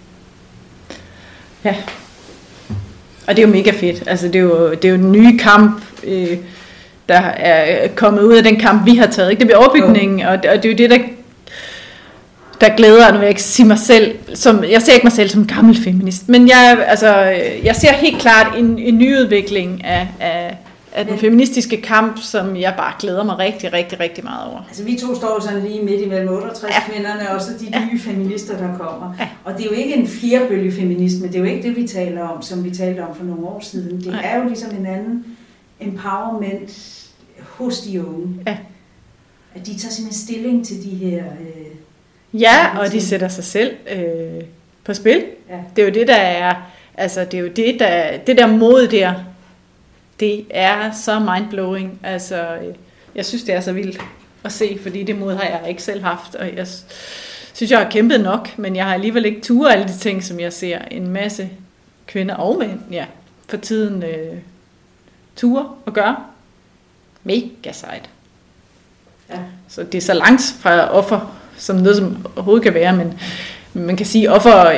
Ja. Og det er jo mega fedt. Altså, det er jo en ny kamp, der er kommet ud af den kamp, vi har taget. Ikke? Det bliver overbygningen, og det er jo det, der glæder, nu vil jeg ikke sige mig selv, jeg ser ikke mig selv som gammel feminist, men jeg ser helt klart en nyudvikling af den feministiske kamp, som jeg bare glæder mig rigtig, rigtig, rigtig meget over. Altså vi to står sådan lige midt imellem 68 kvinderne, og så de nye feminister, der kommer. Ja. Og det er jo ikke en fjerbølge feminisme, det er jo ikke det, vi taler om, som vi talte om for nogle år siden. Det er jo ligesom en anden empowerment hos de unge. Ja. At de tager simpelthen stilling til de her... og de sætter sig selv på spil. Ja. Det er jo det, der er... Altså, det er jo det der mod der... Det er så mindblowing. Altså, jeg synes, det er så vildt at se, fordi det mod har jeg ikke selv haft, og jeg synes, jeg har kæmpet nok, men jeg har alligevel ikke turet alle de ting, som jeg ser en masse kvinder og mænd, for tiden ture og gøre. Mega sejt. Ja. Så det er så langt fra offer, som noget som overhovedet kan være, men man kan sige, offer...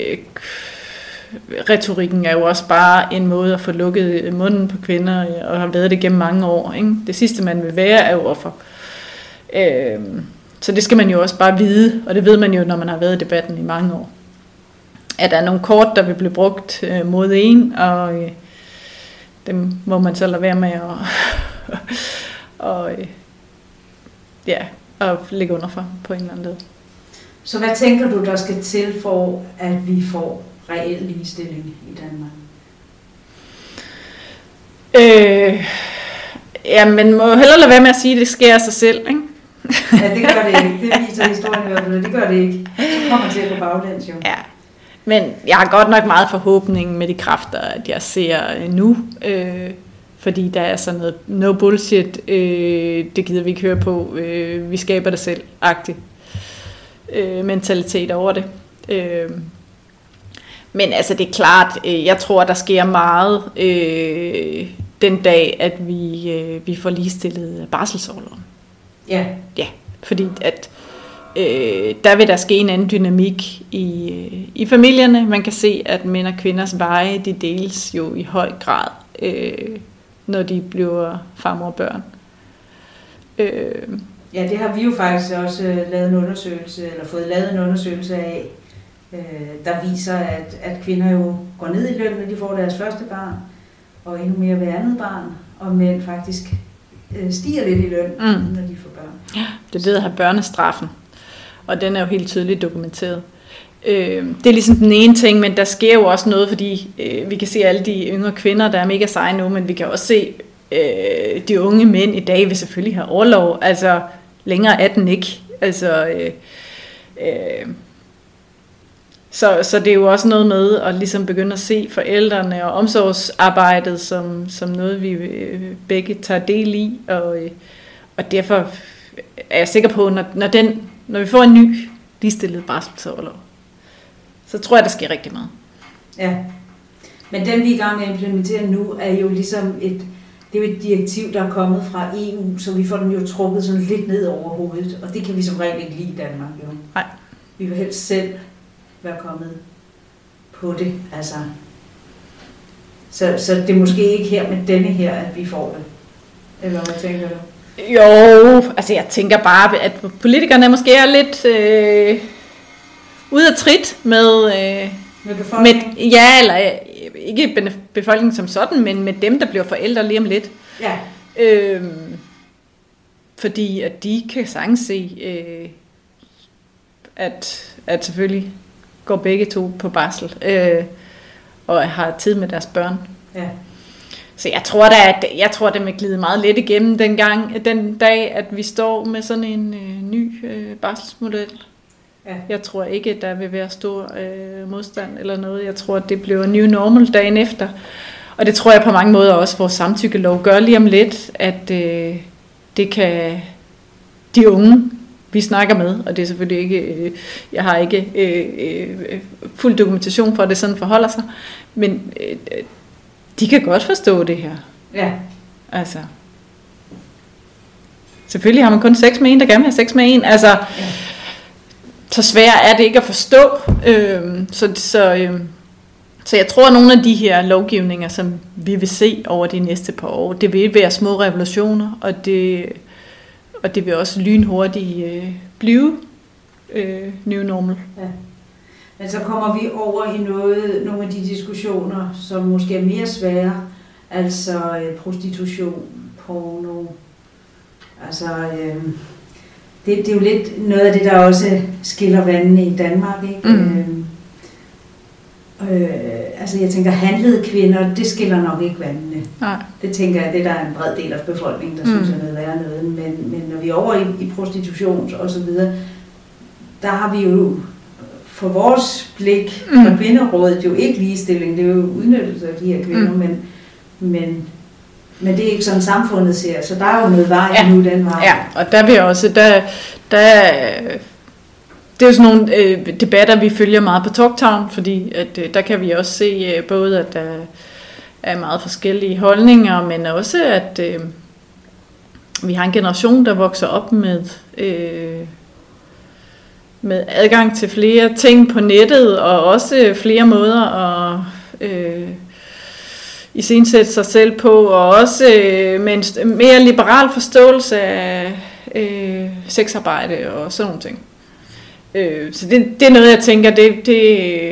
retorikken er jo også bare en måde at få lukket munden på kvinder, og har været det gennem mange år. Ikke? Det sidste, man vil være, er jo offer. Så det skal man jo også bare vide, og det ved man jo, når man har været i debatten i mange år. At der er nogle kort, der vil blive brugt mod en, og dem må man så lade være med at lægge under for på en eller anden måde. Så hvad tænker du, der skal til for, at vi får reel ligestilling i Danmark? Men må hellere lade være med at sige, at det sker af sig selv, ikke? Ja, det gør det ikke. Det viser historien i hvert fald, det gør det ikke. Så kommer til at gå baglæns jo. Ja, men jeg har godt nok meget forhåbning med de kræfter, at jeg ser nu, fordi der er sådan noget no bullshit, det gider vi ikke høre på, vi skaber det selv-agtigt mentalitet over det. Men altså det er klart, jeg tror, der sker meget den dag, at vi får ligestillet barselsorloven. Ja. Ja, fordi at der vil der ske en anden dynamik i familierne. Man kan se, at mænd og kvinders veje, de deles jo i høj grad, når de bliver farmor og børn. Ja, det har vi jo faktisk også lavet en undersøgelse, eller fået lavet en undersøgelse af, der viser, at kvinder jo går ned i løn, når de får deres første barn, og endnu mere ved andet barn, og mænd faktisk stiger lidt i løn, når de får børn. Ja, det ved at have børnestraffen, og den er jo helt tydeligt dokumenteret. Det er ligesom den ene ting, men der sker jo også noget, fordi vi kan se alle de yngre kvinder, der er mega seje nu, men vi kan også se, de unge mænd i dag vil selvfølgelig have orlov, altså længere er den ikke. Altså, så det er jo også noget med at ligesom begynde at se forældrene og omsorgsarbejdet som noget, vi begge tager del i, og derfor er jeg sikker på, når vi får en ny ligestillet barselsorlov, så tror jeg, der sker rigtig meget. Ja, men den vi er i gang med at implementere nu, er jo ligesom det er jo et direktiv, der er kommet fra EU, så vi får den jo trukket sådan lidt ned over hovedet, og det kan vi som regel ikke lide i Danmark, jo. Nej. Vi vil helst selv være kommet på det, altså. Så det er måske ikke her med denne her, at vi får det. Eller hvad tænker du? Jo, altså jeg tænker bare, at politikerne måske er lidt ude af trit med befolkningen? Eller ikke befolkningen som sådan, men med dem, der bliver forældre lige om lidt. Ja. Fordi at de kan sagtens se, at selvfølgelig går begge to på barsel, og har tid med deres børn. Ja. Så jeg tror, det vil glide meget let igennem den dag, at vi står med sådan en ny barselsmodel. Ja. Jeg tror ikke, at der vil være stor modstand eller noget. Jeg tror, at det bliver new normal dagen efter. Og det tror jeg på mange måder også, vores samtykkelov gør lige om lidt, at det kan de unge, vi snakker med, og det er selvfølgelig ikke, jeg har ikke fuld dokumentation for, at det sådan forholder sig, men de kan godt forstå det her. Ja. Altså. Selvfølgelig har man kun sex med en, der gerne vil have sex med en. Altså, ja. Så svært er det ikke at forstå. Så jeg tror, at nogle af de her lovgivninger, som vi vil se over de næste par år, det vil være små revolutioner, og det vil også lynhurtigt blive new normal. Ja. Men så kommer vi over i nogle af de diskussioner, som måske er mere svære, altså prostitution, porno. Altså, det er jo lidt noget af det, der også skiller vandene i Danmark, ikke? Altså jeg tænker, handlede kvinder, det skiller nok ikke vandene. Nej. Det tænker jeg, det der er en bred del af befolkningen, der synes er noget værre noget. Men når vi er over i prostitution og så videre, der har vi jo for vores blik fra Kvinderådet jo ikke ligestilling, det er jo udnyttelse af de her kvinder, men det er ikke sådan samfundet ser, så der er jo noget vej nu den vej. Ja, og der vil også, det er jo sådan nogle debatter, vi følger meget på Talktown, fordi at, der kan vi også se både, at der er meget forskellige holdninger, men også, at vi har en generation, der vokser op med adgang til flere ting på nettet, og også flere måder at iscenesætte sig selv på, og også med en mere liberal forståelse af sexarbejde og sådan nogle ting. Så det er noget, jeg tænker, det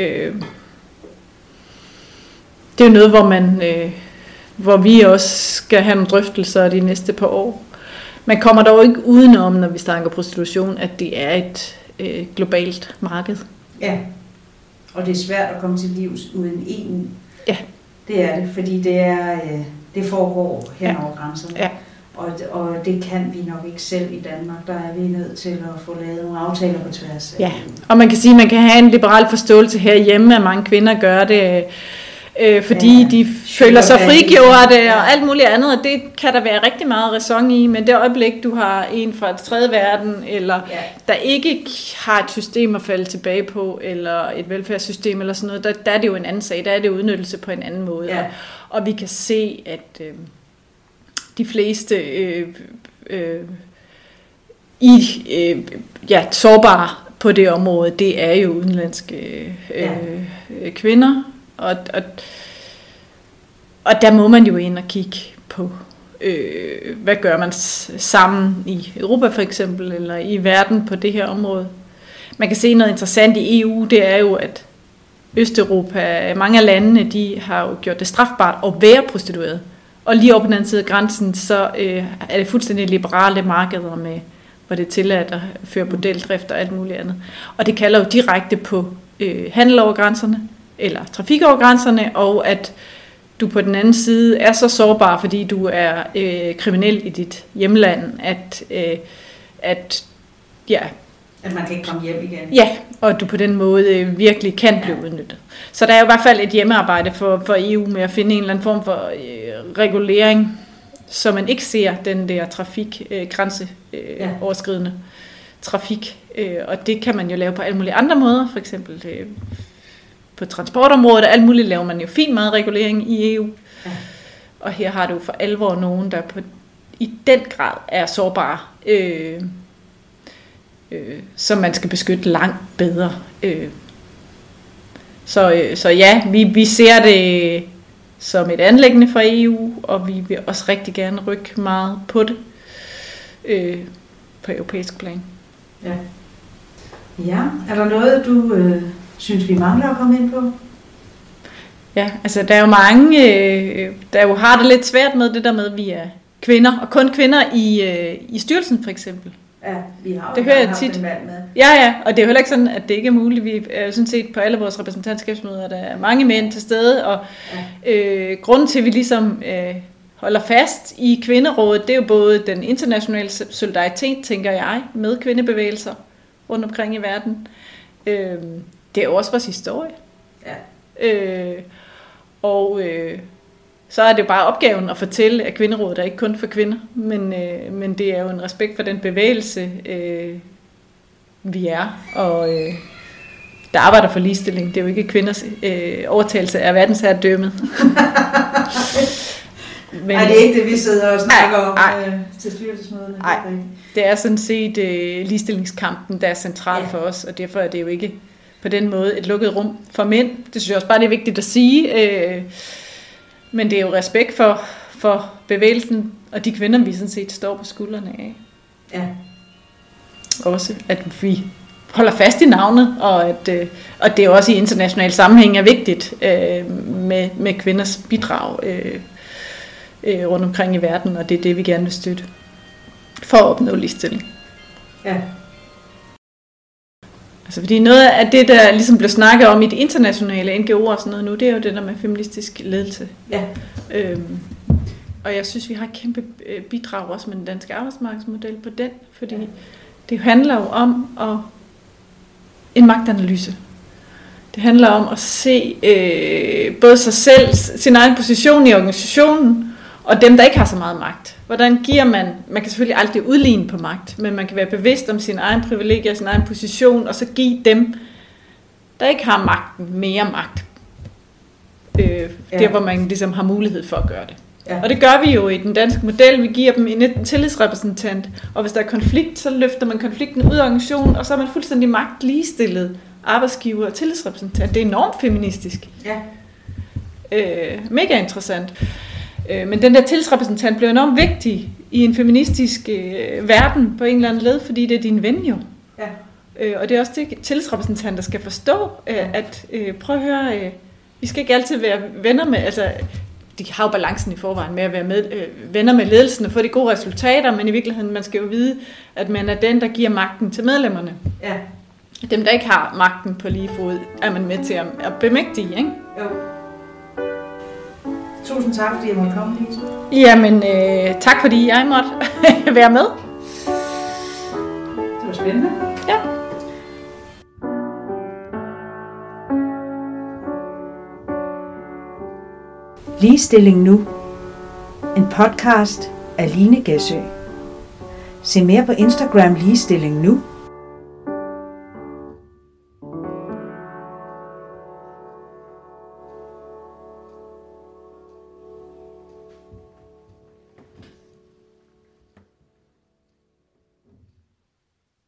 er jo noget, hvor vi også skal have nogle drøftelser de næste par år. Man kommer dog ikke udenom, når vi snakker prostitution, at det er et globalt marked. Ja, og det er svært at komme til livs uden EU. Ja. Det er det, fordi det foregår hen over grænserne. Ja. Og det kan vi nok ikke selv i Danmark. Der er vi nødt til at få lavet nogle aftaler på tværs. Ja, og man kan sige, at man kan have en liberal forståelse herhjemme, at mange kvinder gør det, fordi de føler sig frigjorte og alt muligt andet, og det kan der være rigtig meget ræson i, men det øjeblik, du har en fra et tredje verden, eller der ikke har et system at falde tilbage på, eller et velfærdssystem eller sådan noget, der er det jo en anden sag, der er det udnyttelse på en anden måde, og vi kan se, at de fleste sårbare på det område, det er jo udenlandske kvinder, og der må man jo ind og kigge på, hvad gør man sammen i Europa for eksempel, eller i verden på det her område. Man kan se noget interessant i EU, det er jo, at Østeuropa, mange af landene, de har jo gjort det strafbart at være prostitueret. Og lige over på den anden side af grænsen, så er det fuldstændig liberale markeder med, hvor det er tilladt at føre bordeldrift og alt muligt andet. Og det kalder jo direkte på handel over grænserne, eller trafik over grænserne, og at du på den anden side er så sårbar, fordi du er kriminel i dit hjemland, at man kan ikke komme hjem igen. Ja, og du på den måde virkelig kan blive udnyttet. Så der er jo i hvert fald et hjemmearbejde for EU med at finde en eller anden form for regulering, så man ikke ser den der grænseoverskridende trafik. Og det kan man jo lave på alle mulige andre måder, for eksempel på transportområdet, og alt muligt laver man jo fint meget regulering i EU. Ja. Og her har du for alvor nogen, der i den grad er sårbare, som man skal beskytte langt bedre. Så ja, vi ser det som et anliggende fra EU, og vi vil også rigtig gerne rykke meget på det på europæisk plan. Ja. Ja, er der noget, du synes, vi mangler at komme ind på? Ja, altså der er jo mange, der jo har det lidt svært med det der med, at vi er kvinder, og kun kvinder i styrelsen for eksempel. Ja, vi har det hører jeg tit. Ja, og det er heller ikke sådan, at det ikke er muligt. Vi er jo sådan set på alle vores repræsentantskabsmøder, der er mange mænd til stede, og grunden til, at vi ligesom holder fast i kvinderådet, det er jo både den internationale solidaritet, tænker jeg, med kvindebevægelser rundt omkring i verden. Det er jo også vores historie. Ja. Så er det bare opgaven at fortælle, at kvinderådet er ikke kun for kvinder, men det er jo en respekt for den bevægelse, vi er, og der arbejder for ligestilling. Det er jo ikke kvinders overtagelse af verdensherredømmet. Men det er ikke det, vi sidder og snakker om til styrelsesmøderne? Nej, det er sådan set ligestillingskampen, der er central for os, og derfor er det jo ikke på den måde et lukket rum for mænd. Det synes jeg også bare, det er vigtigt at sige. Men det er jo respekt for bevægelsen, og de kvinder, vi sådan set står på skuldrene af. Ja. Også, at vi holder fast i navnet, og det er også i international sammenhæng er vigtigt med kvinders bidrag rundt omkring i verden, og det er det, vi gerne vil støtte for at opnå ligestilling. Ja. Altså, fordi noget af det, der ligesom blev snakket om i de internationale NGO'er og sådan noget nu, det er jo det der med feministisk ledelse. Ja. Og jeg synes, vi har et kæmpe bidrag også med den danske arbejdsmarkedsmodel på den, fordi det handler jo om en magtanalyse. Det handler om at se både sig selv, sin egen position i organisationen, og dem, der ikke har så meget magt. Hvordan giver man kan selvfølgelig aldrig udligne på magt, men man kan være bevidst om sin egen privilegier, sin egen position, og så give dem, der ikke har magten, mere magt. Der, hvor man ligesom har mulighed for at gøre det. Ja. Og det gør vi jo i den danske model. Vi giver dem en tillidsrepræsentant, og hvis der er konflikt, så løfter man konflikten ud af organisationen, og så er man fuldstændig magt ligestillet arbejdsgiver og tillidsrepræsentant. Det er enormt feministisk. Ja. Mega interessant. Men den der tillidsrepræsentant bliver enormt vigtig i en feministisk verden på en eller anden led, fordi det er din ven jo. Ja. Og det er også det, tillidsrepræsentanter skal forstå, at prøv at høre, vi skal ikke altid være venner med, altså de har jo balancen i forvejen med at være venner med ledelsen og få de gode resultater, men i virkeligheden, man skal jo vide, at man er den, der giver magten til medlemmerne. Ja. Dem, der ikke har magten på lige fod, er man med til at bemægtige, ikke? Jo. Tusind tak, fordi jeg måtte komme, Lise. Jamen, tak fordi jeg måtte være med. Det var spændende. Ja. Ligestilling nu. En podcast af Line Gæsø. Se mere på Instagram Ligestilling nu